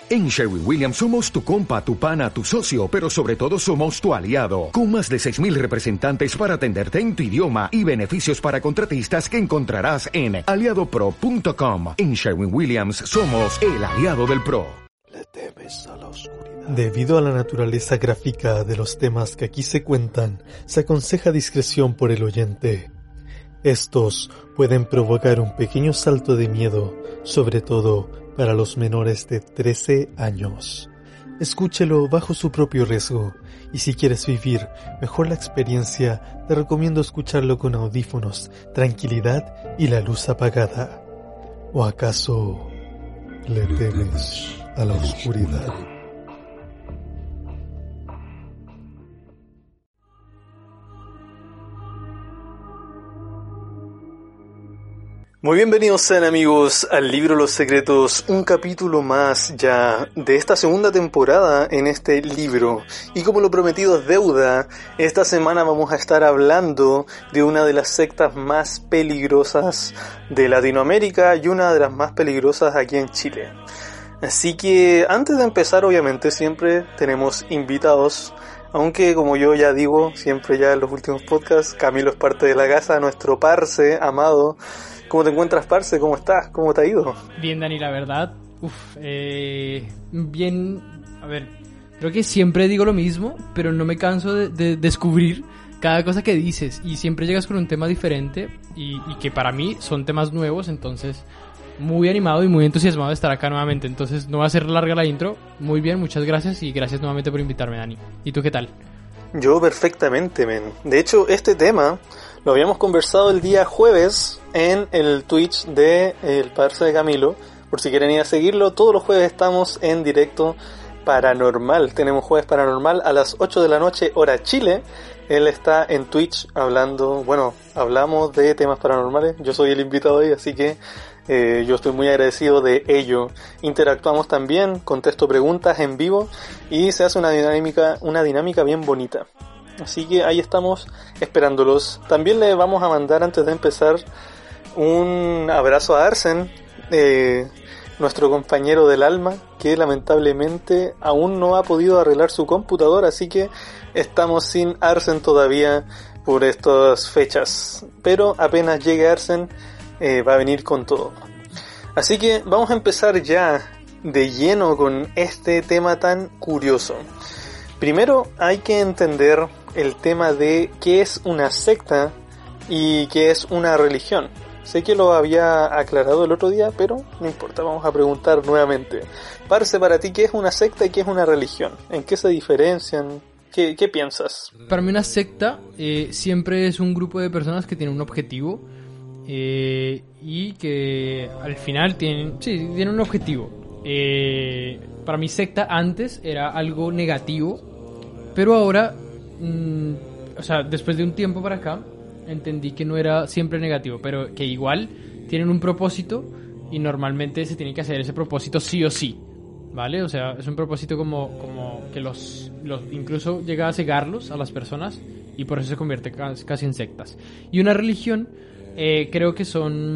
En Sherwin-Williams somos tu compa, tu pana, tu socio, pero sobre todo somos tu aliado, con más de 6,000 representantes para atenderte en tu idioma y beneficios para contratistas que encontrarás en aliadopro.com. En Sherwin-Williams somos el aliado del pro. ¿Le temes a la oscuridad? Debido a la naturaleza gráfica de los temas que aquí se cuentan, se aconseja discreción por el oyente. Estos pueden provocar un pequeño salto de miedo, sobre todo para los menores de 13 años. Escúchelo bajo su propio riesgo, y si quieres vivir mejor la experiencia, te recomiendo escucharlo con audífonos, tranquilidad y la luz apagada. ¿O acaso le temes a la oscuridad? Muy bienvenidos sean amigos al libro Los Secretos, un capítulo más ya de esta segunda temporada en este libro. Y como lo prometido es deuda, esta semana vamos a estar hablando de una de las sectas más peligrosas de Latinoamérica y una de las más peligrosas aquí en Chile. Así que antes de empezar, obviamente siempre tenemos invitados, aunque como yo ya digo siempre ya en los últimos podcasts, Camilo es parte de la casa, nuestro parce amado. ¿Cómo te encuentras, parce? ¿Cómo estás? ¿Cómo te ha ido? Bien, Dani, la verdad. Bien. A ver, creo que siempre digo lo mismo, pero no me canso de descubrir cada cosa que dices. Y siempre llegas con un tema diferente y que para mí son temas nuevos. Entonces, muy animado y muy entusiasmado de estar acá nuevamente. Entonces, no va a ser larga la intro. Muy bien, muchas gracias y gracias nuevamente por invitarme, Dani. ¿Y tú qué tal? Yo perfectamente, men. De hecho, este tema lo habíamos conversado el día jueves en el Twitch de el parce de Camilo. Por si quieren ir a seguirlo, todos los jueves estamos en directo paranormal. Tenemos jueves paranormal a las 8 de la noche, hora Chile. Él está en Twitch hablando, hablamos de temas paranormales. Yo soy el invitado hoy, así que yo estoy muy agradecido de ello. Interactuamos también, contesto preguntas en vivo y se hace una dinámica bien bonita. Así que ahí estamos esperándolos. También le vamos a mandar, antes de empezar, un abrazo a Arsen, nuestro compañero del alma, que lamentablemente aún no ha podido arreglar su computadora, así que estamos sin Arsen todavía por estas fechas. Pero apenas llegue Arsen, va a venir con todo. Así que vamos a empezar ya de lleno con este tema tan curioso. Primero hay que entender el tema de qué es una secta y qué es una religión. Sé que lo había aclarado el otro día, pero no importa, vamos a preguntar nuevamente. Parce, para ti, ¿qué es una secta y qué es una religión? ¿En qué se diferencian? ¿Qué piensas? Para mí una secta siempre es un grupo de personas que tienen un objetivo y que al final tienen un objetivo. Para mí secta antes era algo negativo, pero ahora, después de un tiempo para acá, entendí que no era siempre negativo, pero que igual tienen un propósito y normalmente se tiene que hacer ese propósito sí o sí, ¿vale? O sea, es un propósito como que los incluso llega a cegarlos a las personas y por eso se convierte casi en sectas. Y una religión, creo que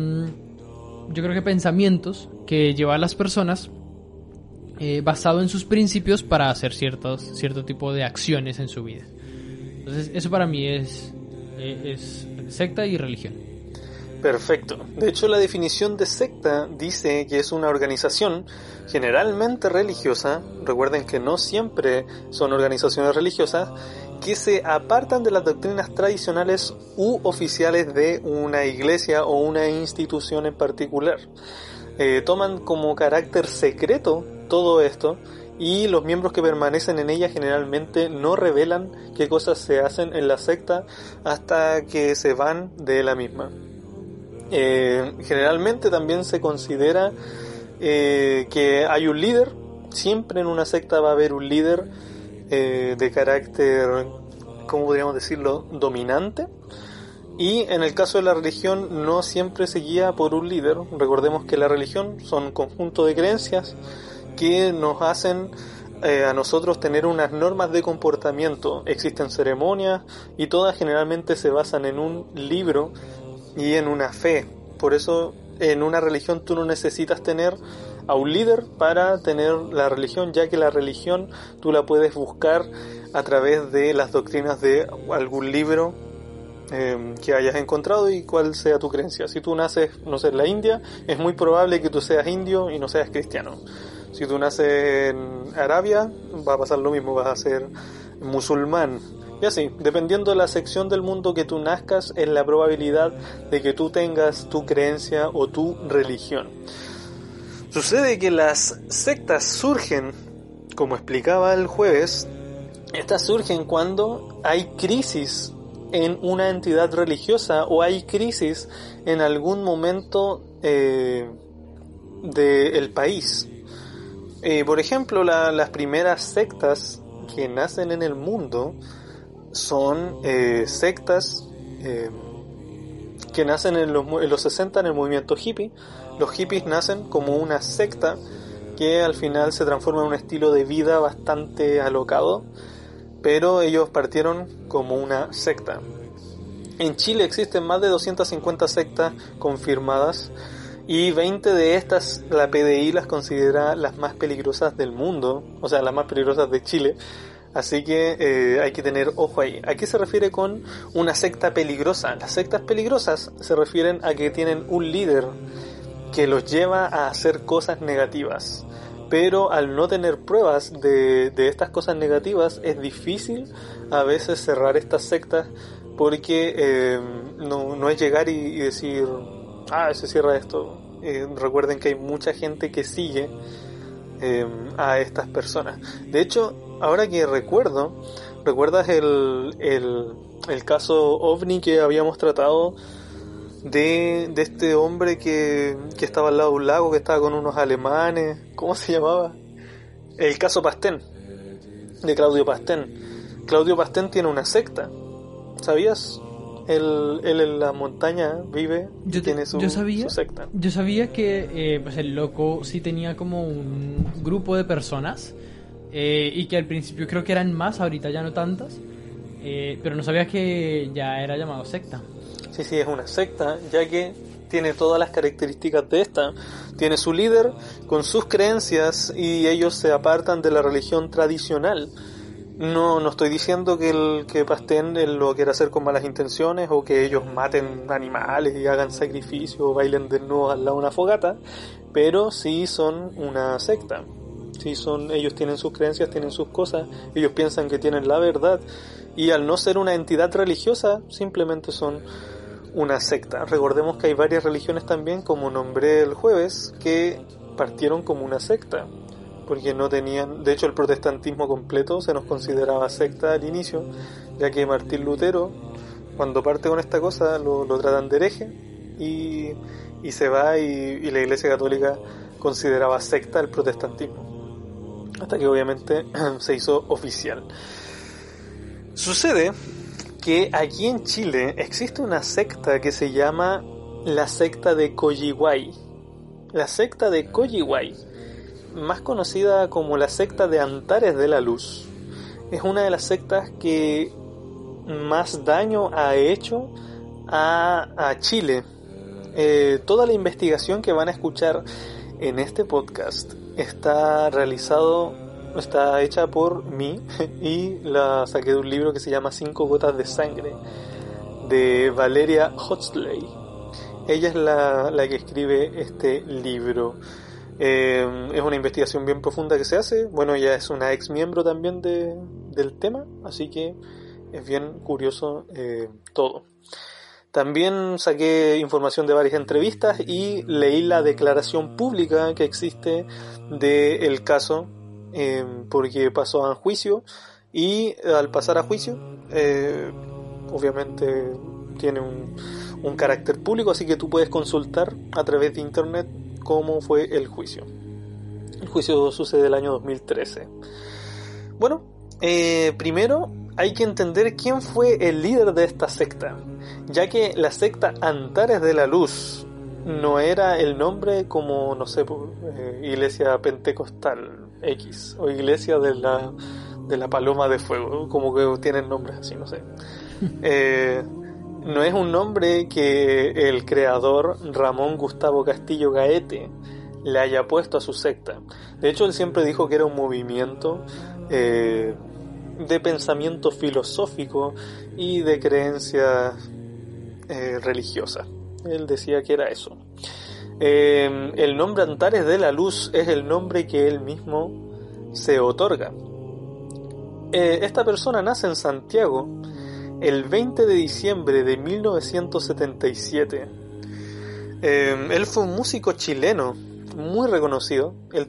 pensamientos que llevan a las personas basado en sus principios para hacer cierto tipo de acciones en su vida. Entonces eso para mí es secta y religión. Perfecto. De hecho, la definición de secta dice que es una organización generalmente religiosa, recuerden que no siempre son organizaciones religiosas, que se apartan de las doctrinas tradicionales u oficiales de una iglesia o una institución en particular. Toman como carácter secreto todo esto y los miembros que permanecen en ella generalmente no revelan qué cosas se hacen en la secta hasta que se van de la misma. Generalmente también se considera que hay un líder. Siempre en una secta va a haber un líder de carácter, ¿cómo podríamos decirlo?, dominante. Y en el caso de la religión no siempre se guía por un líder. Recordemos que la religión son un conjunto de creencias que nos hacen a nosotros tener unas normas de comportamiento. Existen ceremonias y todas generalmente se basan en un libro y en una fe. Por eso en una religión tú no necesitas tener a un líder para tener la religión, ya que la religión tú la puedes buscar a través de las doctrinas de algún libro que hayas encontrado y cuál sea tu creencia. Si tú naces, no sé, en la India, es muy probable que tú seas indio y no seas cristiano. Si tú naces en Arabia, va a pasar lo mismo, vas a ser musulmán. Y así, dependiendo de la sección del mundo que tú nazcas, es la probabilidad de que tú tengas tu creencia o tu religión. Sucede que las sectas surgen, como explicaba el jueves, estas surgen cuando hay crisis en una entidad religiosa o hay crisis en algún momento del país. Por ejemplo, las primeras sectas que nacen en el mundo son sectas que nacen en los 60 en el movimiento hippie. Los hippies nacen como una secta que al final se transforma en un estilo de vida bastante alocado, pero ellos partieron como una secta. En Chile existen más de 250 sectas confirmadas y 20 de estas la PDI las considera las más peligrosas del mundo, o sea, las más peligrosas de Chile. Así que hay que tener ojo ahí. ¿A qué se refiere con una secta peligrosa? Las sectas peligrosas se refieren a que tienen un líder que los lleva a hacer cosas negativas. Pero al no tener pruebas de estas cosas negativas, es difícil a veces cerrar estas sectas porque no es llegar y decir, se cierra esto. Recuerden que hay mucha gente que sigue a estas personas. De hecho, ahora que ¿recuerdas el caso OVNI que habíamos tratado de este hombre que estaba al lado de un lago, que estaba con unos alemanes? ¿Cómo se llamaba? El caso Pastén, de Claudio Pastén. Claudio Pastén tiene una secta, ¿sabías? Él en la montaña vive y tiene su secta. Yo sabía que pues el loco sí tenía como un grupo de personas y que al principio creo que eran más, ahorita ya no tantas, pero no sabía que ya era llamado secta. Sí, es una secta, ya que tiene todas las características de esta. Tiene su líder con sus creencias y ellos se apartan de la religión tradicional. No estoy diciendo que Pastén lo quiera hacer con malas intenciones o que ellos maten animales y hagan sacrificios o bailen desnudos al lado de una fogata, pero sí son una secta. Sí ellos tienen sus creencias, tienen sus cosas, ellos piensan que tienen la verdad y al no ser una entidad religiosa simplemente son una secta. Recordemos que hay varias religiones también, como nombré el jueves, que partieron como una secta porque no tenían, de hecho el protestantismo completo se nos consideraba secta al inicio, ya que Martín Lutero cuando parte con esta cosa lo tratan de hereje y se va y la Iglesia Católica consideraba secta el protestantismo, hasta que obviamente se hizo oficial. Sucede que aquí en Chile existe una secta que se llama la secta de Coyihuay. La secta de Coyihuay, más conocida como la secta de Antares de la Luz, es una de las sectas que más daño ha hecho a Chile. Toda la investigación que van a escuchar en este podcast está hecha por mí y la saqué de un libro que se llama 5 gotas de sangre, de Valeria Hochstley. Ella es la que escribe este libro. Es una investigación bien profunda que se hace. Bueno, ella es una ex miembro también del tema, así que es bien curioso todo. También saqué información de varias entrevistas y leí la declaración pública que existe del caso, porque pasó a juicio y al pasar a juicio obviamente tiene un carácter público, así que tú puedes consultar a través de internet cómo fue el juicio. El juicio sucede el año 2013. Bueno, primero hay que entender quién fue el líder de esta secta, ya que la secta Antares de la Luz no era el nombre como, no sé, Iglesia Pentecostal X o Iglesia de la Paloma de Fuego, como que tienen nombres así, no sé. No es un nombre que el creador Ramón Gustavo Castillo Gaete le haya puesto a su secta. De hecho, él siempre dijo que era un movimiento de pensamiento filosófico y de creencias religiosas. Él decía que era eso. El nombre Antares de la Luz es el nombre que él mismo se otorga. Esta persona nace en Santiago el 20 de diciembre de 1977. Él fue un músico chileno muy reconocido. Él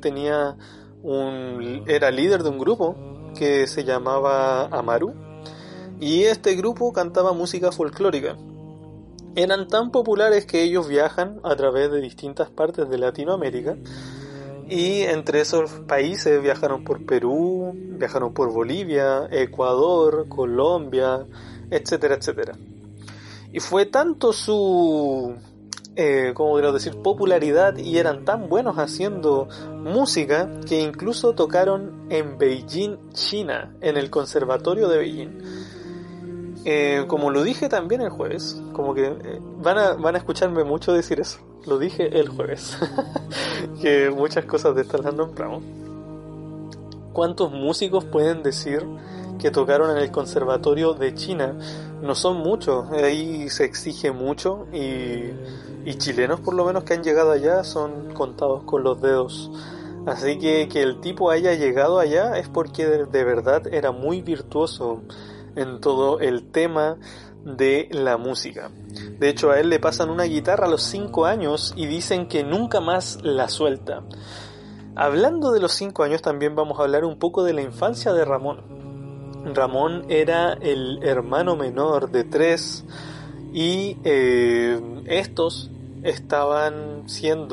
era líder de un grupo que se llamaba Amaru, y este grupo cantaba música folclórica. Eran tan populares que ellos viajan a través de distintas partes de Latinoamérica, y entre esos países viajaron por Perú, viajaron por Bolivia, Ecuador, Colombia, etcétera, etcétera. Y fue tanto su popularidad, y eran tan buenos haciendo música, que incluso tocaron en Beijing, China, en el Conservatorio de Beijing. Como lo dije también el jueves, como que van a escucharme mucho decir eso. Lo dije el jueves, que muchas cosas de estas las nombramos. ¿Cuántos músicos pueden decir que tocaron en el Conservatorio de China? No son muchos, ahí se exige mucho, y chilenos por lo menos que han llegado allá son contados con los dedos. Así que el tipo haya llegado allá es porque de verdad era muy virtuoso en todo el tema de la música. De hecho, a él le pasan una guitarra a los 5 años y dicen que nunca más la suelta. Hablando de los 5 años, también vamos a hablar un poco de la infancia de Ramón. Ramón era el hermano menor de 3, y estos estaban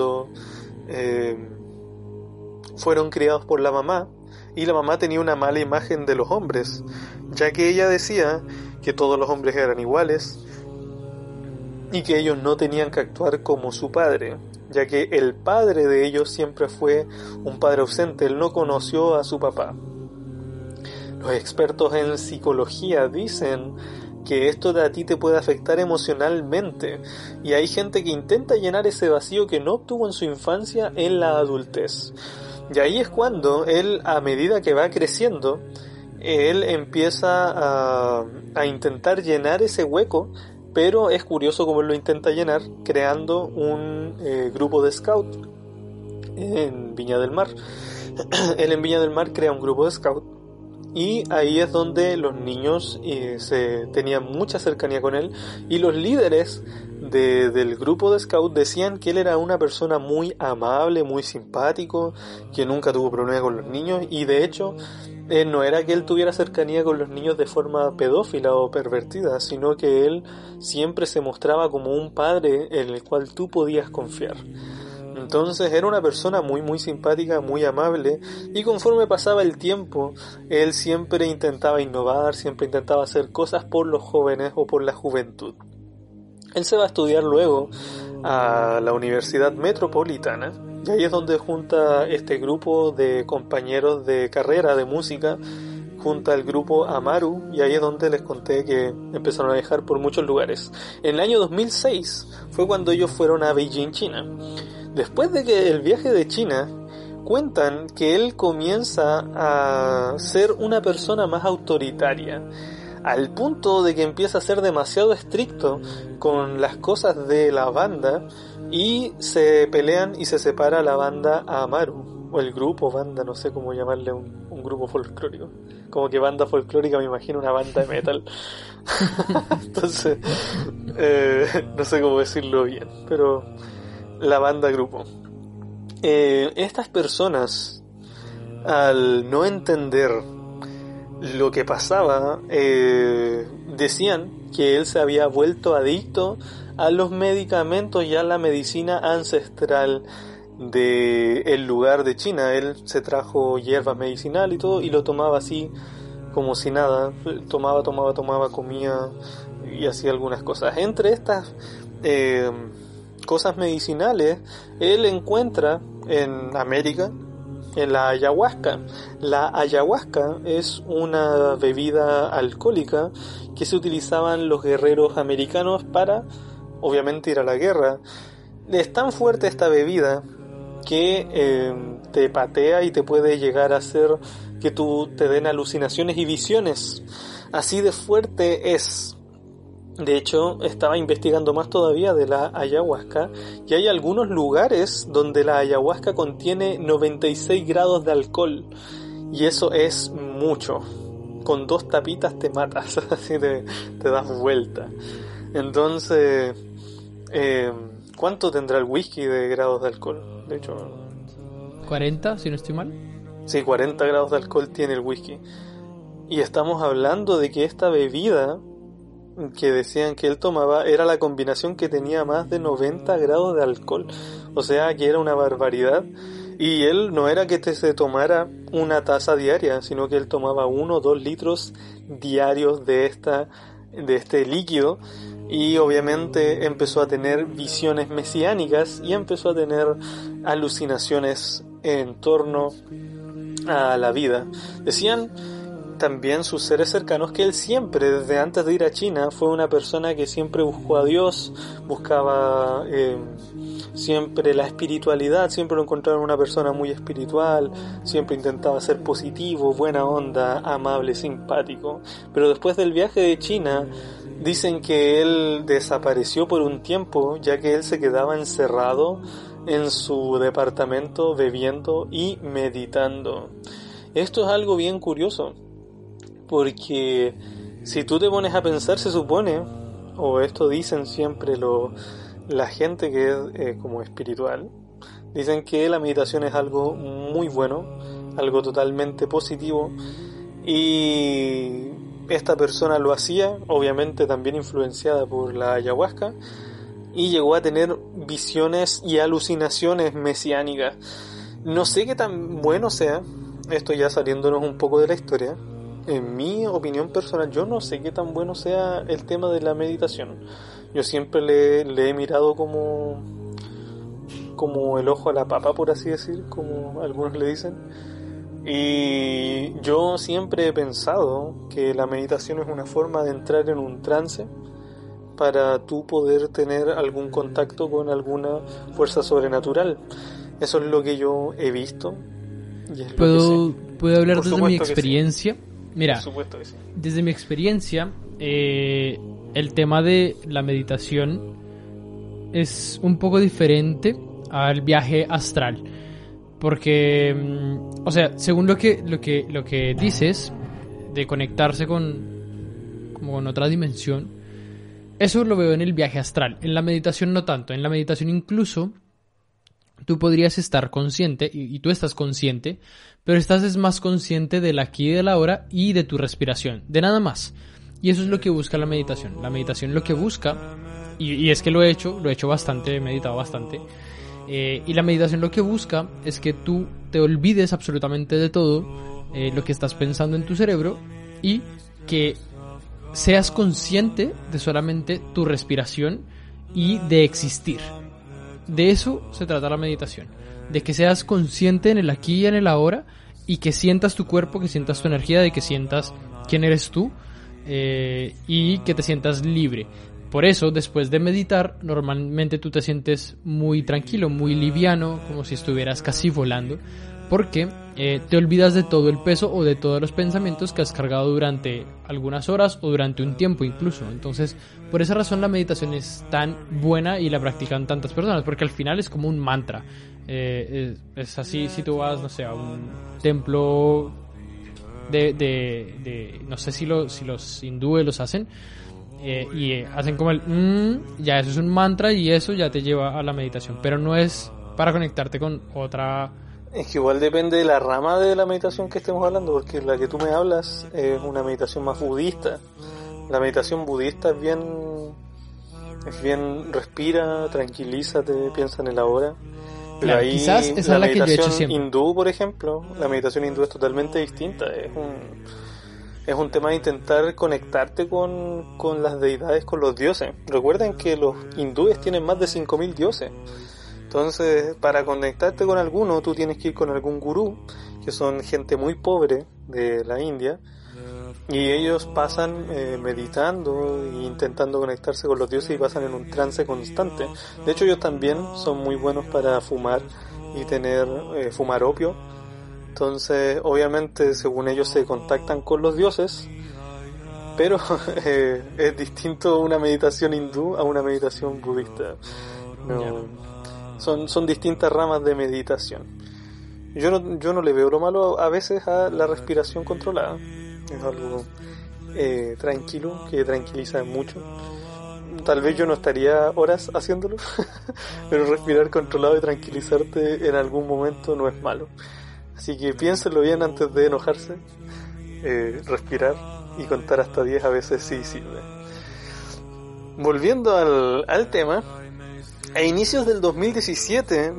fueron criados por la mamá, y la mamá tenía una mala imagen de los hombres, ya que ella decía que todos los hombres eran iguales y que ellos no tenían que actuar como su padre, ya que el padre de ellos siempre fue un padre ausente. Él no conoció a su papá. Los expertos en psicología dicen que esto de a ti te puede afectar emocionalmente, y hay gente que intenta llenar ese vacío que no obtuvo en su infancia en la adultez. Y ahí es cuando él, a medida que va creciendo, él empieza a intentar llenar ese hueco, pero es curioso cómo él lo intenta llenar creando un grupo de scout en Viña del Mar. Él en Viña del Mar crea un grupo de scout, y ahí es donde los niños tenían mucha cercanía con él, y los líderes del grupo de scout decían que él era una persona muy amable, muy simpático, que nunca tuvo problema con los niños, y de hecho no era que él tuviera cercanía con los niños de forma pedófila o pervertida, sino que él siempre se mostraba como un padre en el cual tú podías confiar. Entonces era una persona muy muy simpática, muy amable, y conforme pasaba el tiempo, él siempre intentaba innovar, siempre intentaba hacer cosas por los jóvenes o por la juventud. Él se va a estudiar luego a la Universidad Metropolitana, y ahí es donde junta este grupo de compañeros de carrera de música, junta al grupo Amaru, y ahí es donde les conté que empezaron a viajar por muchos lugares. En el año 2006 fue cuando ellos fueron a Beijing, China. Después de que el viaje de China, cuentan que él comienza a ser una persona más autoritaria, al punto de que empieza a ser demasiado estricto con las cosas de la banda, y se pelean y se separa la banda Amaru, o el grupo banda, no sé cómo llamarle, un grupo folclórico. Como que banda folclórica, me imagino una banda de metal. Entonces, no sé cómo decirlo bien, pero la banda grupo. Estas personas, al no entender lo que pasaba, decían que él se había vuelto adicto a los medicamentos y a la medicina ancestral del lugar de China. Él se trajo hierba medicinal y todo, y lo tomaba así como si nada. Tomaba, comía y hacía algunas cosas. Entre estas cosas medicinales, él encuentra en América en la ayahuasca. La ayahuasca es una bebida alcohólica que se utilizaban los guerreros americanos para, obviamente, ir a la guerra. Es tan fuerte esta bebida que te patea y te puede llegar a hacer que tú te den alucinaciones y visiones. Así de fuerte es. De hecho, estaba investigando más todavía de la ayahuasca y hay algunos lugares donde la ayahuasca contiene 96 grados de alcohol y eso es mucho. Con 2 tapitas te matas, así te das vuelta. Entonces, ¿cuánto tendrá el whisky de grados de alcohol? De hecho, 40, si no estoy mal. Sí, 40 grados de alcohol tiene el whisky. Y estamos hablando de que esta bebida que decían que él tomaba era la combinación que tenía más de 90 grados de alcohol. O sea, que era una barbaridad. Y él no era que se tomara una taza diaria, sino que él tomaba 1 o 2 litros diarios de este líquido. Y obviamente empezó a tener visiones mesiánicas y empezó a tener alucinaciones en torno a la vida. Decían también sus seres cercanos que él siempre, desde antes de ir a China, fue una persona que siempre buscó a Dios, buscaba siempre la espiritualidad, siempre lo encontraron una persona muy espiritual, siempre intentaba ser positivo, buena onda, amable, simpático. Pero después del viaje de China, dicen que él desapareció por un tiempo, ya que él se quedaba encerrado en su departamento bebiendo y meditando. Esto es algo bien curioso, porque si tú te pones a pensar, se supone, o esto dicen siempre la gente que es como espiritual, dicen que la meditación es algo muy bueno, algo totalmente positivo, y esta persona lo hacía, obviamente también influenciada por la ayahuasca, y llegó a tener visiones y alucinaciones mesiánicas. No sé qué tan bueno sea, esto ya saliéndonos un poco de la historia. En mi opinión personal, yo no sé qué tan bueno sea el tema de la meditación. Yo siempre le he mirado como el ojo a la papa, por así decir, como algunos le dicen. Y yo siempre he pensado que la meditación es una forma de entrar en un trance para tú poder tener algún contacto con alguna fuerza sobrenatural. Eso es lo que yo he visto. Y es ¿Puedo hablar desde mi experiencia? Sí. Mira, por supuesto que sí. Desde mi experiencia, el tema de la meditación es un poco diferente al viaje astral. Porque, o sea, según lo que dices, de conectarse como con otra dimensión, eso lo veo en el viaje astral. En la meditación no tanto. En la meditación incluso tú podrías estar consciente, y tú estás consciente, pero estás más consciente del aquí y del ahora y de tu respiración, de nada más. Y eso es lo que busca la meditación. La meditación lo que busca, y es que lo he hecho bastante, he meditado bastante, y la meditación lo que busca es que tú te olvides absolutamente de todo lo que estás pensando en tu cerebro y que seas consciente de solamente tu respiración y de existir. De eso se trata la meditación, de que seas consciente en el aquí y en el ahora y que sientas tu cuerpo, que sientas tu energía, de que sientas quién eres tú y que te sientas libre. Por eso, después de meditar, normalmente tú te sientes muy tranquilo, muy liviano, como si estuvieras casi volando, porque te olvidas de todo el peso o de todos los pensamientos que has cargado durante algunas horas o durante un tiempo incluso. Entonces, por esa razón la meditación es tan buena y la practican tantas personas, porque al final es como un mantra. Es así, si tú vas, no sé, a un templo de no sé si los hindúes los hacen, y hacen como ya eso es un mantra y eso ya te lleva a la meditación, pero no es para conectarte con otra. Es que igual depende de la rama de la meditación que estemos hablando, porque la que tú me hablas es una meditación más budista. La meditación budista es bien respira, tranquilízate, piensa en el ahora. Pero claro, ahí quizás esa es la que yo he hecho siempre. Hindú, por ejemplo, la meditación hindú es totalmente distinta. Es un tema de intentar conectarte con las deidades, con los dioses. Recuerden que los hindúes tienen más de 5.000 dioses. Entonces, para conectarte con alguno, tú tienes que ir con algún gurú, que son gente muy pobre de la India, Y ellos pasan meditando e intentando conectarse con los dioses y pasan en un trance constante. De hecho, ellos también son muy buenos para fumar y fumar opio. Entonces, obviamente, según ellos se contactan con los dioses, pero es distinto una meditación hindú a una meditación budista. Son distintas ramas de meditación. Yo no le veo lo malo a veces a la respiración controlada. Es algo tranquilo, que tranquiliza mucho. Tal vez yo no estaría horas haciéndolo, pero respirar controlado y tranquilizarte en algún momento no es malo. Así que piénsenlo bien antes de enojarse. Respirar y contar hasta 10 a veces sí sirve. Volviendo al tema, a inicios del 2007,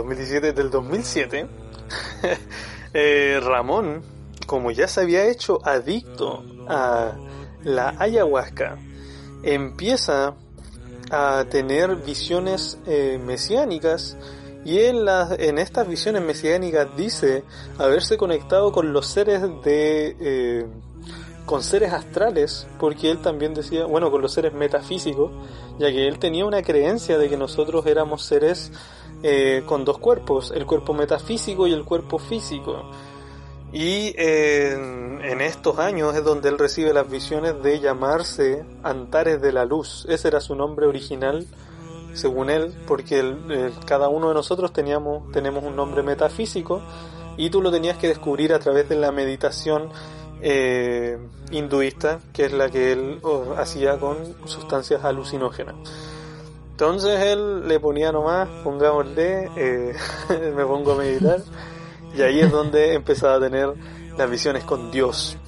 Ramón, como ya se había hecho adicto a la ayahuasca, empieza a tener visiones mesiánicas, y en estas visiones mesiánicas dice haberse conectado con los seres con seres astrales, porque él también decía, con los seres metafísicos, ya que él tenía una creencia de que nosotros éramos seres con dos cuerpos, el cuerpo metafísico y el cuerpo físico. Y en estos años es donde él recibe las visiones de llamarse Antares de la Luz. Ese era su nombre original, según él, porque cada uno de nosotros tenemos un nombre metafísico, y tú lo tenías que descubrir a través de la meditación hinduista, que es la que él hacía con sustancias alucinógenas. Entonces él le ponía nomás, pongámosle, me pongo a meditar, y ahí es donde empezaba a tener las visiones con Dios.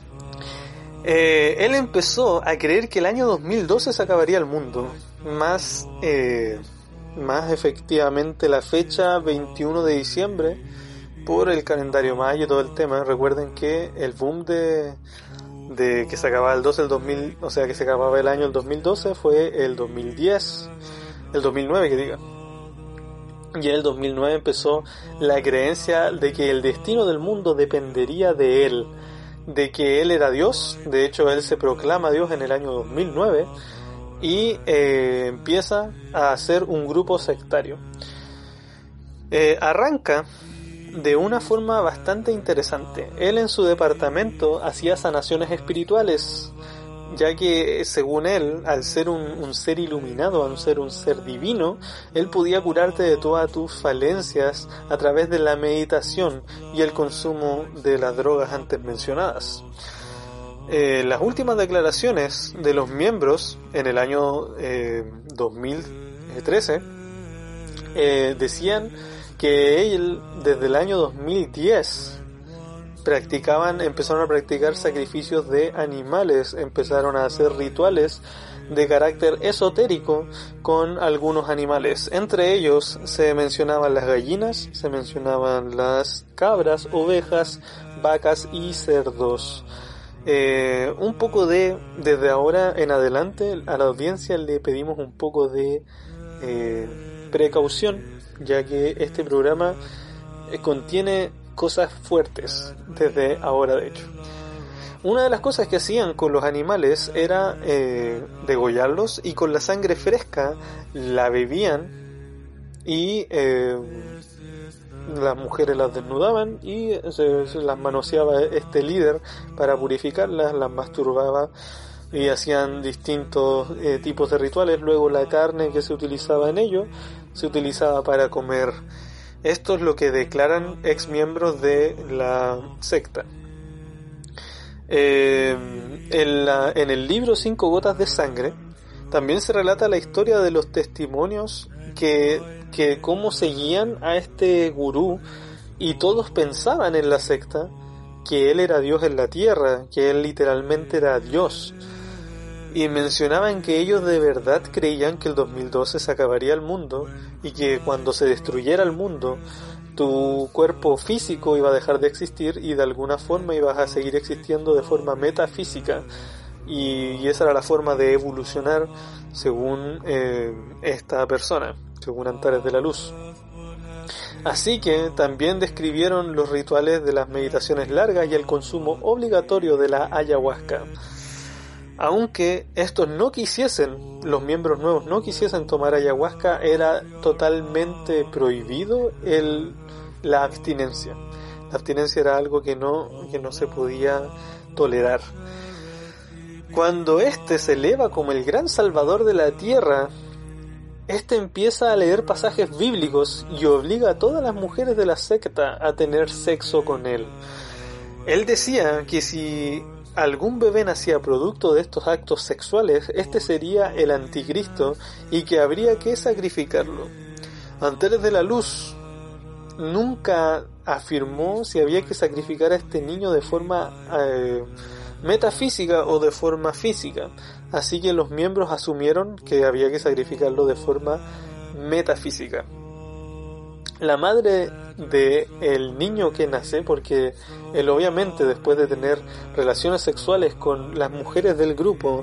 Él empezó a creer que el año 2012 se acabaría el mundo, más efectivamente la fecha 21 de diciembre, por el calendario maya y todo el tema. Recuerden que el boom de que se acababa el 12 del 2000, o sea que se acababa el año el 2012, fue el 2010, el 2009 que diga. Y en el 2009 empezó la creencia de que el destino del mundo dependería de él, de que él era Dios. De hecho, él se proclama Dios en el año 2009 y empieza a hacer un grupo sectario. Arranca de una forma bastante interesante. Él en su departamento hacía sanaciones espirituales, ya que según él, al ser un ser iluminado, al ser un ser divino, él podía curarte de todas tus falencias a través de la meditación y el consumo de las drogas antes mencionadas. Las últimas declaraciones de los miembros en el año 2013 decían que él desde el año 2010 empezaron a practicar sacrificios de animales, empezaron a hacer rituales de carácter esotérico con algunos animales. Entre ellos se mencionaban las gallinas, se mencionaban las cabras, ovejas, vacas y cerdos. Un poco desde ahora en adelante a la audiencia le pedimos un poco de precaución, ya que este programa contiene cosas fuertes desde ahora. De hecho, una de las cosas que hacían con los animales era degollarlos, y con la sangre fresca la bebían, y las mujeres las desnudaban y se las manoseaba este líder para purificarlas, las masturbaba y hacían distintos tipos de rituales. Luego la carne que se utilizaba en ello se utilizaba para comer. Esto es lo que declaran ex miembros de la secta. En el libro 5 gotas de sangre también se relata la historia de los testimonios que cómo seguían a este gurú, y todos pensaban en la secta que él era Dios en la tierra, que él literalmente era Dios. Y mencionaban que ellos de verdad creían que el 2012 se acabaría el mundo, y que cuando se destruyera el mundo, tu cuerpo físico iba a dejar de existir y de alguna forma ibas a seguir existiendo de forma metafísica. Y esa era la forma de evolucionar según esta persona, según Antares de la Luz. Así que también describieron los rituales de las meditaciones largas y el consumo obligatorio de la ayahuasca. Aunque estos no quisiesen, los miembros nuevos no quisiesen tomar ayahuasca, era totalmente prohibido la abstinencia. La abstinencia era algo que no se podía tolerar. Cuando éste se eleva como el gran salvador de la tierra, éste empieza a leer pasajes bíblicos y obliga a todas las mujeres de la secta a tener sexo con él. Él decía que si algún bebé nacía producto de estos actos sexuales, este sería el anticristo y que habría que sacrificarlo. Antes de la luz nunca afirmó si había que sacrificar a este niño de forma metafísica o de forma física, así que los miembros asumieron que había que sacrificarlo de forma metafísica. La madre de el niño que nace, porque él obviamente después de tener relaciones sexuales con las mujeres del grupo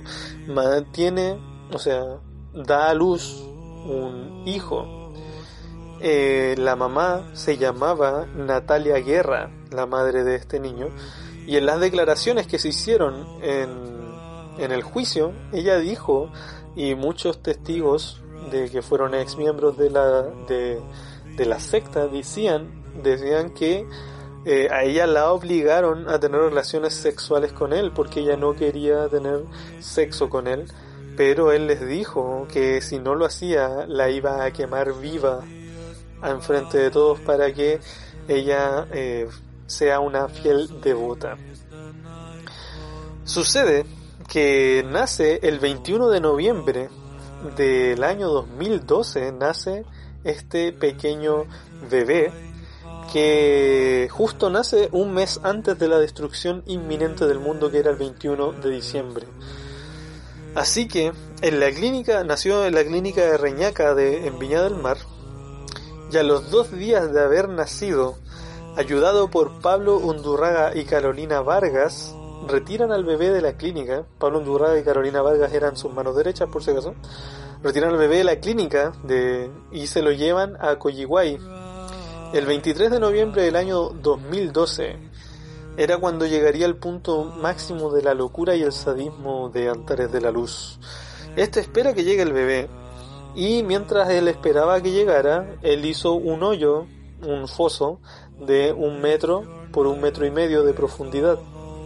da a luz un hijo. La mamá se llamaba Natalia Guerra, la madre de este niño, y en las declaraciones que se hicieron en el juicio, ella dijo, y muchos testigos de que fueron ex miembros de la secta decían que a ella la obligaron a tener relaciones sexuales con él porque ella no quería tener sexo con él, pero él les dijo que si no lo hacía la iba a quemar viva enfrente de todos para que ella sea una fiel devota. Sucede que nace el 21 de noviembre del año 2012, nace este pequeño bebé que justo nace un mes antes de la destrucción inminente del mundo, que era el 21 de diciembre. Así que nació en la clínica de Reñaca en Viña del Mar, y a los 2 días de haber nacido, ayudado por Pablo Undurraga y Carolina Vargas, retiran al bebé de la clínica. Pablo Undurraga y Carolina Vargas eran sus manos derechas, por si acaso. Retiran al bebé de la clínica y se lo llevan a Coyihuay. El 23 de noviembre del año 2012 era cuando llegaría el punto máximo de la locura y el sadismo de Antares de la Luz. Este espera que llegue el bebé, y mientras él esperaba que llegara, él hizo un hoyo, un foso de 1 metro por 1,5 metros de profundidad.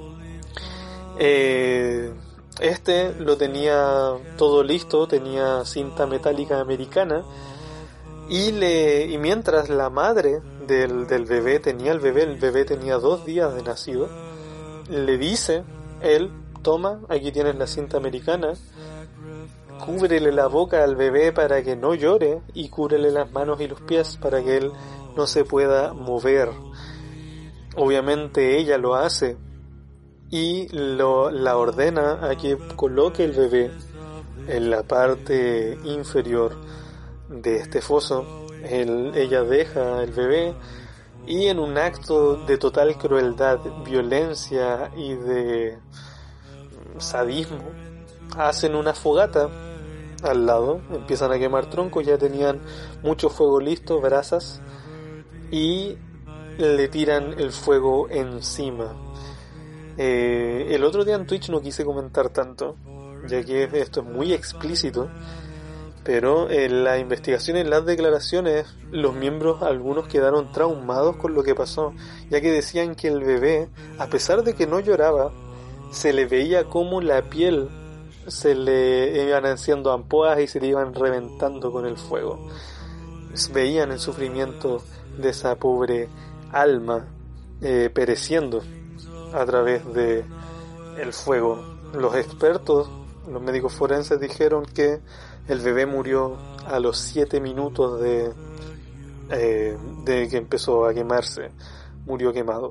Este lo tenía todo listo, tenía cinta metálica americana, y mientras la madre del bebé tenía el bebé tenía 2 días de nacido, le dice él: toma, aquí tienes la cinta americana, cúbrele la boca al bebé para que no llore y cúbrele las manos y los pies para que él no se pueda mover. Obviamente ella lo hace y la ordena a que coloque el bebé en la parte inferior de este foso. Ella deja el bebé y en un acto de total crueldad, violencia y de sadismo hacen una fogata al lado, empiezan a quemar troncos, ya tenían mucho fuego listo, brasas, y le tiran el fuego encima. El otro día en Twitch no quise comentar tanto, ya que esto es muy explícito, pero en la investigación, en las declaraciones, los miembros, algunos quedaron traumados con lo que pasó, ya que decían que el bebé, a pesar de que no lloraba, se le veía como la piel se le iban haciendo ampollas y se le iban reventando con el fuego. Veían el sufrimiento de esa pobre alma pereciendo a través de el fuego. Los expertos, los médicos forenses, dijeron que el bebé murió a los 7 minutos de que empezó a quemarse. Murió quemado.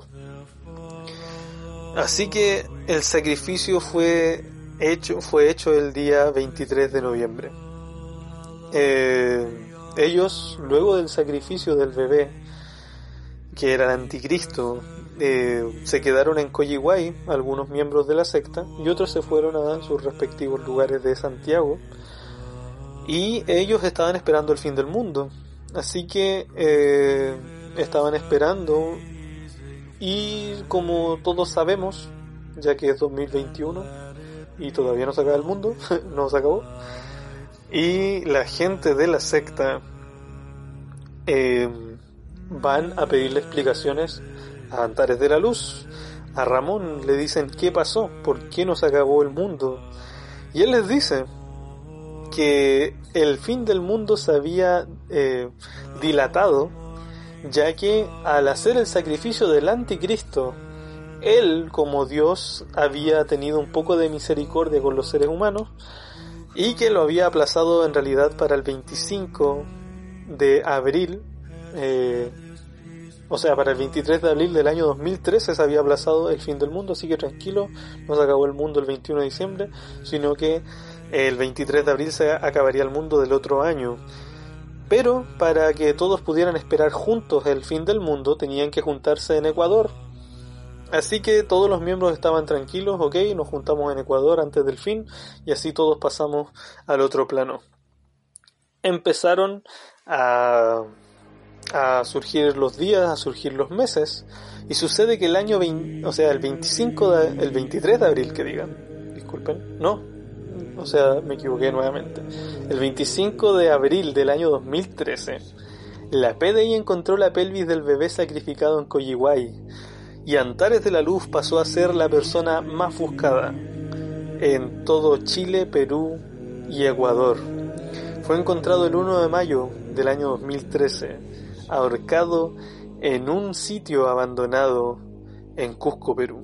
Así que el sacrificio fue hecho el día 23 de noviembre. Ellos, luego del sacrificio del bebé, que era el anticristo, se quedaron en Coyihuay, algunos miembros de la secta, y otros se fueron a sus respectivos lugares de Santiago, y ellos estaban esperando el fin del mundo. Así que estaban esperando, y como todos sabemos, ya que es 2021 y todavía no se acaba el mundo, no se acabó, y la gente de la secta van a pedirle explicaciones a Antares de la Luz. A Ramón le dicen qué pasó, por qué no se acabó el mundo, y él les dice que el fin del mundo se había dilatado, ya que al hacer el sacrificio del anticristo, él como Dios había tenido un poco de misericordia con los seres humanos, y que lo había aplazado en realidad para el 25 de abril, o sea, para el 23 de abril del año 2013 se había aplazado el fin del mundo, así que tranquilo, no se acabó el mundo el 21 de diciembre, sino que el 23 de abril se acabaría el mundo del otro año. Pero para que todos pudieran esperar juntos el fin del mundo, tenían que juntarse en Ecuador. Así que todos los miembros estaban tranquilos, ok, nos juntamos en Ecuador antes del fin, y así todos pasamos al otro plano. Empezaron a surgir los días, a surgir los meses, y sucede que el año el 23 de abril, que digan, disculpen, no, o sea, me equivoqué nuevamente, el 25 de abril del año 2013, la PDI encontró la pelvis del bebé sacrificado en Coyihuay, y Antares de la Luz pasó a ser la persona más buscada en todo Chile, Perú y Ecuador. Fue encontrado el 1 de mayo del año 2013, ahorcado en un sitio abandonado en Cusco, Perú.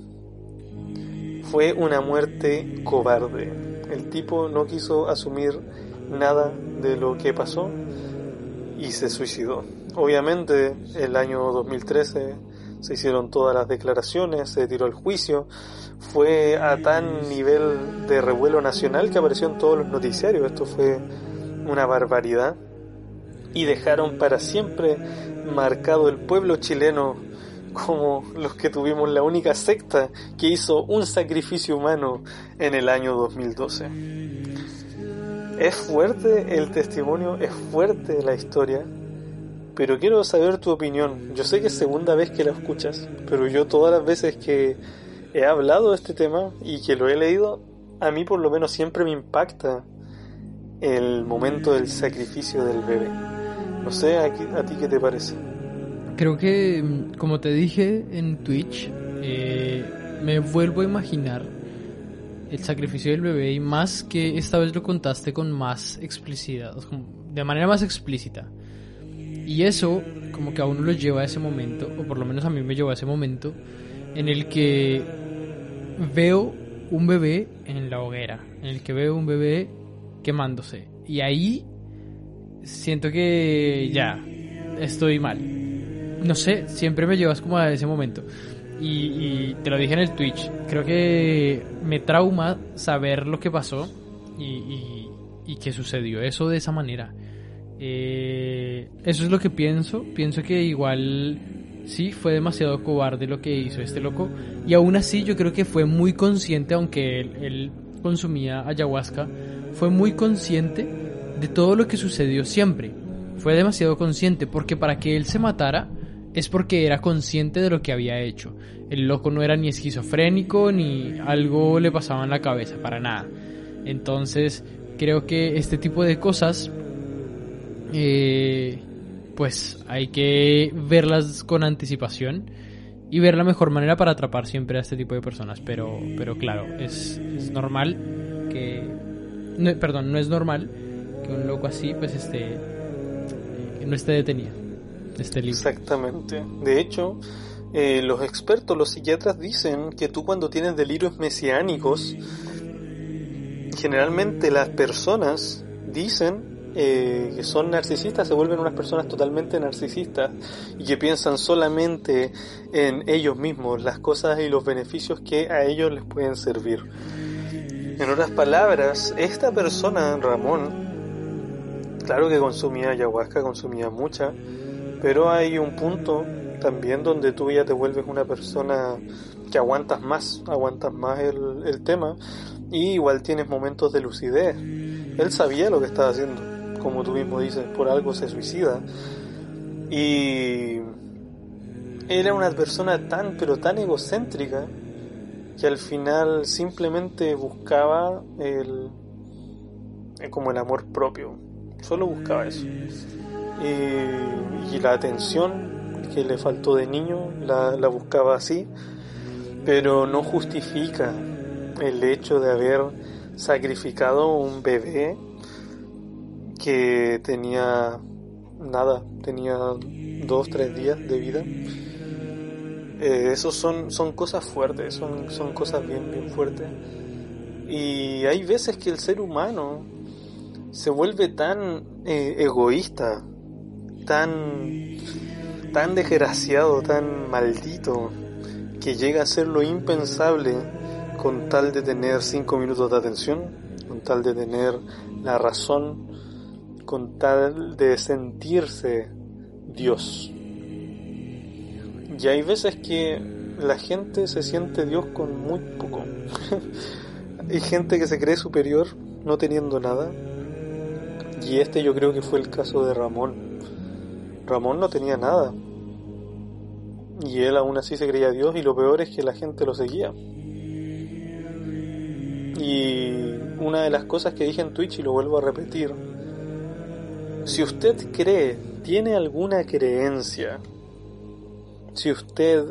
Fue una muerte cobarde. El tipo no quiso asumir nada de lo que pasó y se suicidó. Obviamente, el año 2013 se hicieron todas las declaraciones, se tiró el juicio, fue a tan nivel de revuelo nacional que apareció en todos los noticiarios. Esto fue una barbaridad. Y dejaron para siempre marcado el pueblo chileno como los que tuvimos la única secta que hizo un sacrificio humano en el año 2012. Es fuerte el testimonio, es fuerte la historia, pero quiero saber tu opinión. Yo sé que es segunda vez que la escuchas, pero yo todas las veces que he hablado de este tema y que lo he leído, a mí por lo menos siempre me impacta el momento del sacrificio del bebé. No sé, ¿a ti qué te parece? Creo que, como te dije en Twitch, me vuelvo a imaginar el sacrificio del bebé, y más que esta vez lo contaste con más explicidad, de manera más explícita. Y eso como que a uno lo lleva a ese momento, o por lo menos a mí me llevó a ese momento, en el que veo un bebé en la hoguera, en el que veo un bebé quemándose. Y ahí siento que ya estoy mal. No sé, siempre me llevas como a ese momento. Y te lo dije en el Twitch. Creo que me trauma saber lo que pasó y que sucedió eso de esa manera. Eso es lo que pienso. Pienso que igual sí fue demasiado cobarde lo que hizo este loco. Y aún así yo creo que fue muy consciente, aunque él consumía ayahuasca, fue muy consciente de todo lo que sucedió siempre. Fue demasiado consciente, porque para que él se matara es porque era consciente de lo que había hecho. El loco no era ni esquizofrénico ni algo le pasaba en la cabeza, para nada. Entonces creo que este tipo de cosas pues hay que verlas con anticipación y ver la mejor manera para atrapar siempre a este tipo de personas. Pero claro, es normal que no es normal que un loco así pues no esté detenido, esté libre. Exactamente. De hecho, los expertos, los psiquiatras dicen que tú cuando tienes delirios mesiánicos, generalmente las personas dicen que son narcisistas, se vuelven unas personas totalmente narcisistas y que piensan solamente en ellos mismos, las cosas y los beneficios que a ellos les pueden servir. En otras palabras, esta persona, Ramón, claro que consumía ayahuasca, consumía mucha, pero hay un punto también donde tú ya te vuelves una persona que aguantas más el tema, y igual tienes momentos de lucidez. Él sabía lo que estaba haciendo, como tú mismo dices, por algo se suicida. Y era una persona tan, pero tan egocéntrica, que al final simplemente buscaba como el amor propio. Solo buscaba eso. Y la atención que le faltó de niño la buscaba así, pero no justifica el hecho de haber sacrificado un bebé que tenía 2-3 días de vida. Esos son cosas fuertes, son cosas bien fuertes. Y hay veces que el ser humano se vuelve tan egoísta, tan desgraciado, tan maldito, que llega a hacer lo impensable con tal de tener 5 minutos de atención, con tal de tener la razón, con tal de sentirse Dios. Y hay veces que la gente se siente Dios con muy poco. Hay gente que se cree superior no teniendo nada. Y yo creo que fue el caso de Ramón. Ramón no tenía nada. Y él aún así se creía Dios, y lo peor es que la gente lo seguía. Y una de las cosas que dije en Twitch, y lo vuelvo a repetir: si usted tiene alguna creencia, si usted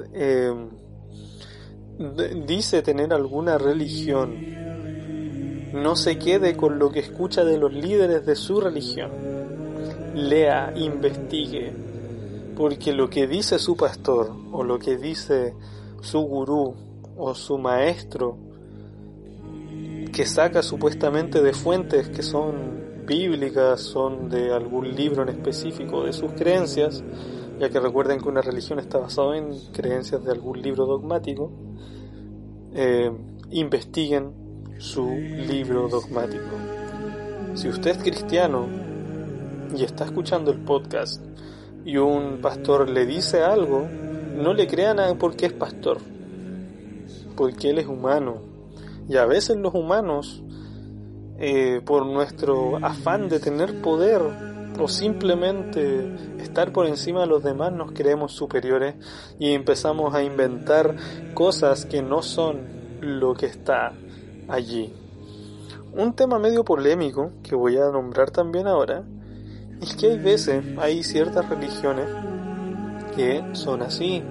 dice tener alguna religión, no se quede con lo que escucha de los líderes de su religión. Lea, investigue, porque lo que dice su pastor, o lo que dice su gurú, o su maestro, que saca supuestamente de fuentes que son bíblicas, son de algún libro en específico de sus creencias, ya que recuerden que una religión está basada en creencias de algún libro dogmático. Investiguen su libro dogmático. Si usted es cristiano y está escuchando el podcast y un pastor le dice algo, no le crean porque es pastor, porque él es humano. Y a veces los humanos, por nuestro afán de tener poder o simplemente estar por encima de los demás, nos creemos superiores y empezamos a inventar cosas que no son lo que está allí. Un tema medio polémico que voy a nombrar también ahora es que hay ciertas religiones que son así.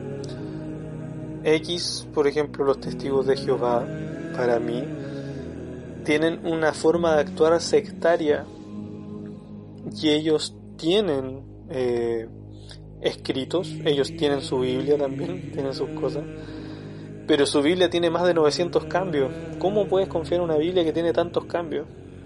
Por ejemplo, los testigos de Jehová, para mí, tienen una forma de actuar sectaria, y ellos tienen escritos, ellos tienen su Biblia también, tienen sus cosas, pero su Biblia tiene más de 900 cambios. ¿Cómo puedes confiar en una Biblia que tiene tantos cambios?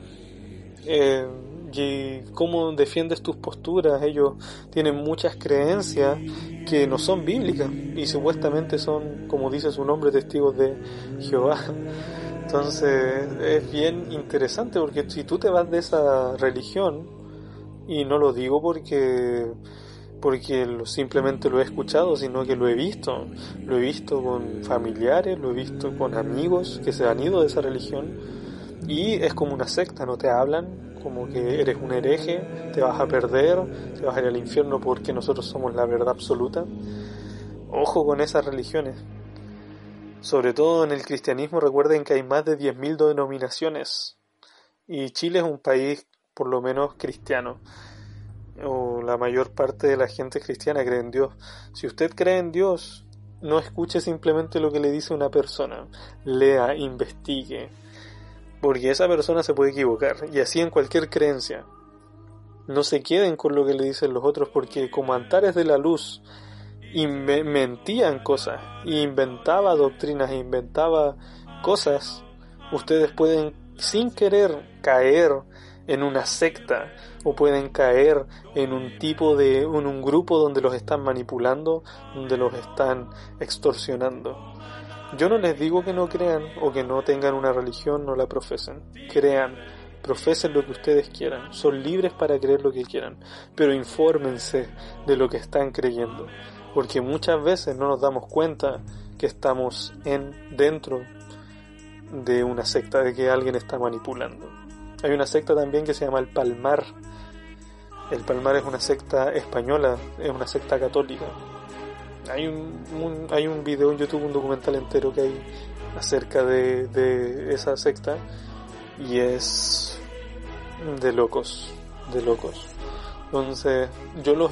¿Y cómo defiendes tus posturas? Ellos tienen muchas creencias que no son bíblicas y supuestamente son, como dice su nombre, testigos de Jehová. Entonces es bien interesante, porque si tú te vas de esa religión, y no lo digo porque simplemente lo he escuchado, sino que lo he visto con familiares, lo he visto con amigos que se han ido de esa religión, y es como una secta, no te hablan como que eres un hereje, te vas a perder, te vas a ir al infierno porque nosotros somos la verdad absoluta. Ojo con esas religiones. Sobre todo en el cristianismo, recuerden que hay más de 10.000 denominaciones, y Chile es un país por lo menos cristiano, o la mayor parte de la gente cristiana cree en Dios. Si usted cree en Dios, no escuche simplemente lo que le dice una persona, lea, investigue, porque esa persona se puede equivocar, y así en cualquier creencia. No se queden con lo que le dicen los otros, porque como Antares de la Luz mentían cosas, e inventaba doctrinas, e inventaba cosas, ustedes pueden sin querer caer en una secta, o pueden caer en un grupo donde los están manipulando, donde los están extorsionando. Yo no les digo que no crean o que no tengan una religión, no la profesen. Crean, profesen lo que ustedes quieran, son libres para creer lo que quieran, pero infórmense de lo que están creyendo, porque muchas veces no nos damos cuenta que estamos dentro de una secta, de que alguien está manipulando. Hay una secta también que se llama el Palmar. El Palmar es una secta española, es una secta católica. Hay un video en YouTube, un documental entero que hay acerca de esa secta, y es de locos. Entonces yo los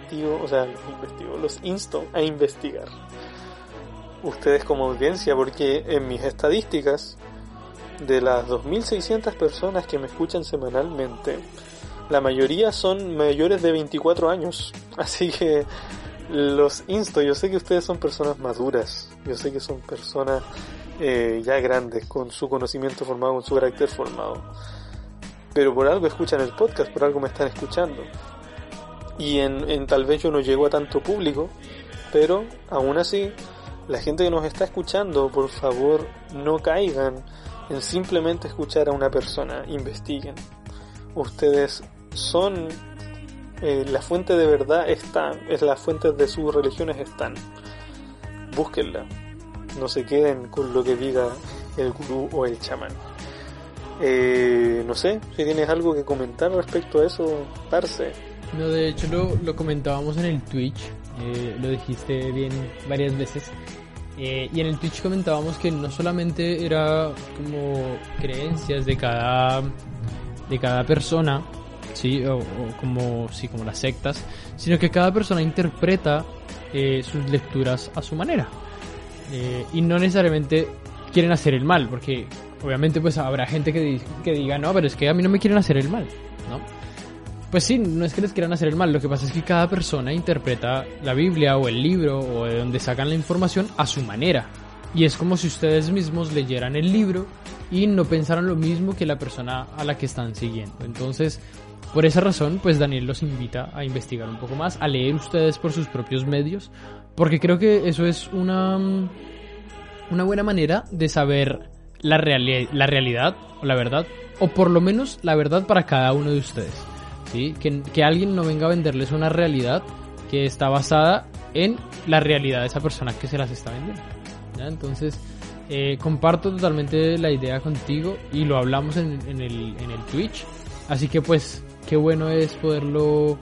insto a investigar ustedes como audiencia, porque en mis estadísticas, de las 2.600 personas que me escuchan semanalmente, la mayoría son mayores de 24 años, así que los insto. Yo sé que ustedes son personas maduras, yo sé que son personas ya grandes, con su conocimiento formado, con su carácter formado, pero por algo escuchan el podcast, por algo me están escuchando, y en tal vez yo no llego a tanto público, pero aún así, la gente que nos está escuchando, por favor, no caigan en simplemente escuchar a una persona, investiguen. Ustedes son la fuente de verdad, las fuentes de sus religiones están. Búsquenla. No se queden con lo que diga el gurú o el chamán. No sé, si tienes algo que comentar respecto a eso, Parce. No, de hecho lo comentábamos en el Twitch, lo dijiste bien varias veces. Y en el Twitch comentábamos que no solamente era como creencias de cada persona, sí, o como las sectas, sino que cada persona interpreta sus lecturas a su manera, y no necesariamente quieren hacer el mal, porque obviamente pues habrá gente que diga no, pero es que a mí no me quieren hacer el mal, ¿no? Pues sí, no es que les quieran hacer el mal, lo que pasa es que cada persona interpreta la Biblia o el libro o de donde sacan la información a su manera, y es como si ustedes mismos leyeran el libro y no pensaran lo mismo que la persona a la que están siguiendo. Entonces, por esa razón, pues Daniel los invita a investigar un poco más, a leer ustedes por sus propios medios, porque creo que eso es una buena manera de saber la realidad o la verdad, o por lo menos la verdad para cada uno de ustedes. ¿Sí? Que alguien no venga a venderles una realidad que está basada en la realidad de esa persona que se las está vendiendo, ¿ya? Entonces comparto totalmente la idea contigo y lo hablamos en el Twitch, así que pues qué bueno es poderlo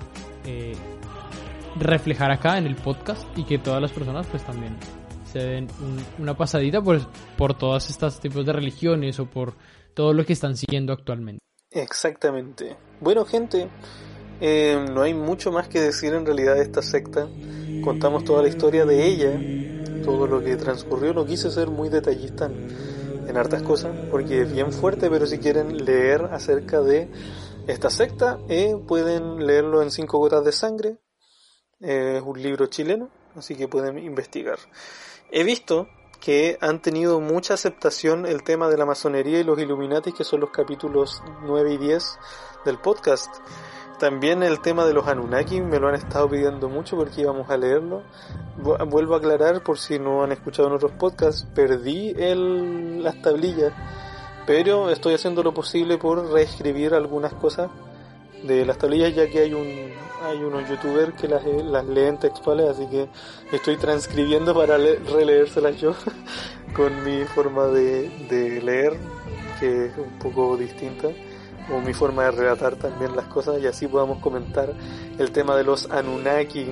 reflejar acá en el podcast, y que todas las personas pues también se den una pasadita por todos estos tipos de religiones o por todo lo que están siguiendo actualmente. Exactamente. Bueno, gente, no hay mucho más que decir en realidad de esta secta. Contamos toda la historia de ella, todo lo que transcurrió. No quise ser muy detallista en hartas cosas, porque es bien fuerte, pero si quieren leer acerca de esta secta, pueden leerlo en 5 gotas de sangre. Es un libro chileno, así que pueden investigar. He visto que han tenido mucha aceptación el tema de la masonería y los Illuminati, que son los capítulos 9 y 10 del podcast. También el tema de los Anunnaki me lo han estado pidiendo mucho porque íbamos a leerlo. Vuelvo a aclarar, por si no han escuchado en otros podcasts, perdí las tablillas, pero estoy haciendo lo posible por reescribir algunas cosas de las tablillas, ya que hay unos youtubers que las leen textuales, así que estoy transcribiendo para releérselas yo con mi forma de leer, que es un poco distinta, o mi forma de relatar también las cosas, y así podamos comentar el tema de los Anunnaki.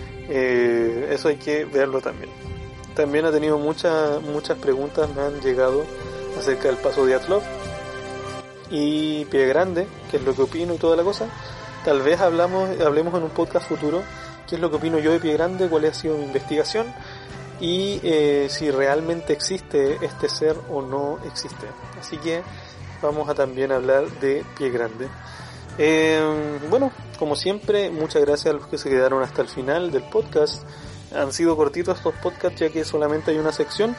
Eso hay que verlo también. También ha tenido muchas preguntas, me han llegado acerca del paso de Dyatlov y Pie Grande, qué es lo que opino y toda la cosa. Tal vez hablemos en un podcast futuro qué es lo que opino yo de Pie Grande, cuál ha sido mi investigación y si realmente existe este ser o no existe. Así que vamos a también hablar de Pie Grande. Bueno, como siempre, muchas gracias a los que se quedaron hasta el final del podcast. Han sido cortitos estos podcasts, ya que solamente hay una sección,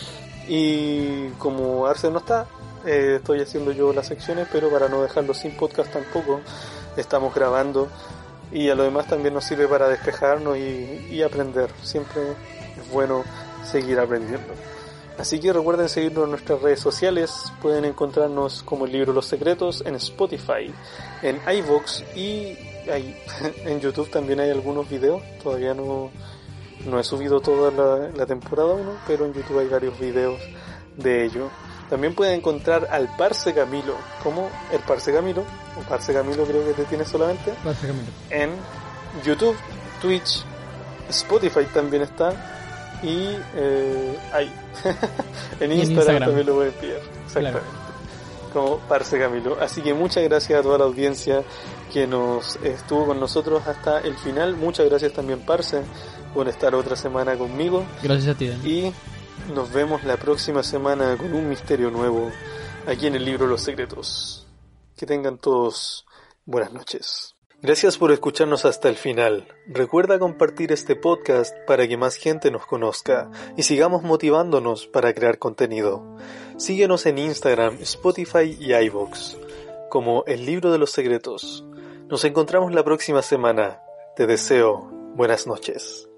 y como Arce no está, estoy haciendo yo las secciones, pero para no dejarlo sin podcast tampoco, estamos grabando, y a lo demás también nos sirve para despejarnos y aprender. Siempre es bueno seguir aprendiendo. Así que recuerden seguirnos en nuestras redes sociales. Pueden encontrarnos como el libro Los Secretos en Spotify, en iVoox, y en YouTube también hay algunos videos. Todavía no he subido toda la temporada 1, pero en YouTube hay varios videos de ello. También pueden encontrar al Parce Camilo, como el Parce Camilo, o Parce Camilo creo que te tiene solamente, Parce Camilo, en YouTube, Twitch, Spotify también está. Y ahí. En Instagram también lo pueden pillar. Exactamente. Claro. Como Parce Camilo. Así que muchas gracias a toda la audiencia que nos estuvo con nosotros hasta el final. Muchas gracias también, Parce, por estar otra semana conmigo. Gracias a ti, Dani. Y nos vemos la próxima semana con un misterio nuevo aquí en el libro Los Secretos. Que tengan todos buenas noches. Gracias por escucharnos hasta el final. Recuerda compartir este podcast para que más gente nos conozca y sigamos motivándonos para crear contenido. Síguenos en Instagram, Spotify y iVoox como El Libro de los Secretos. Nos encontramos la próxima semana. Te deseo buenas noches.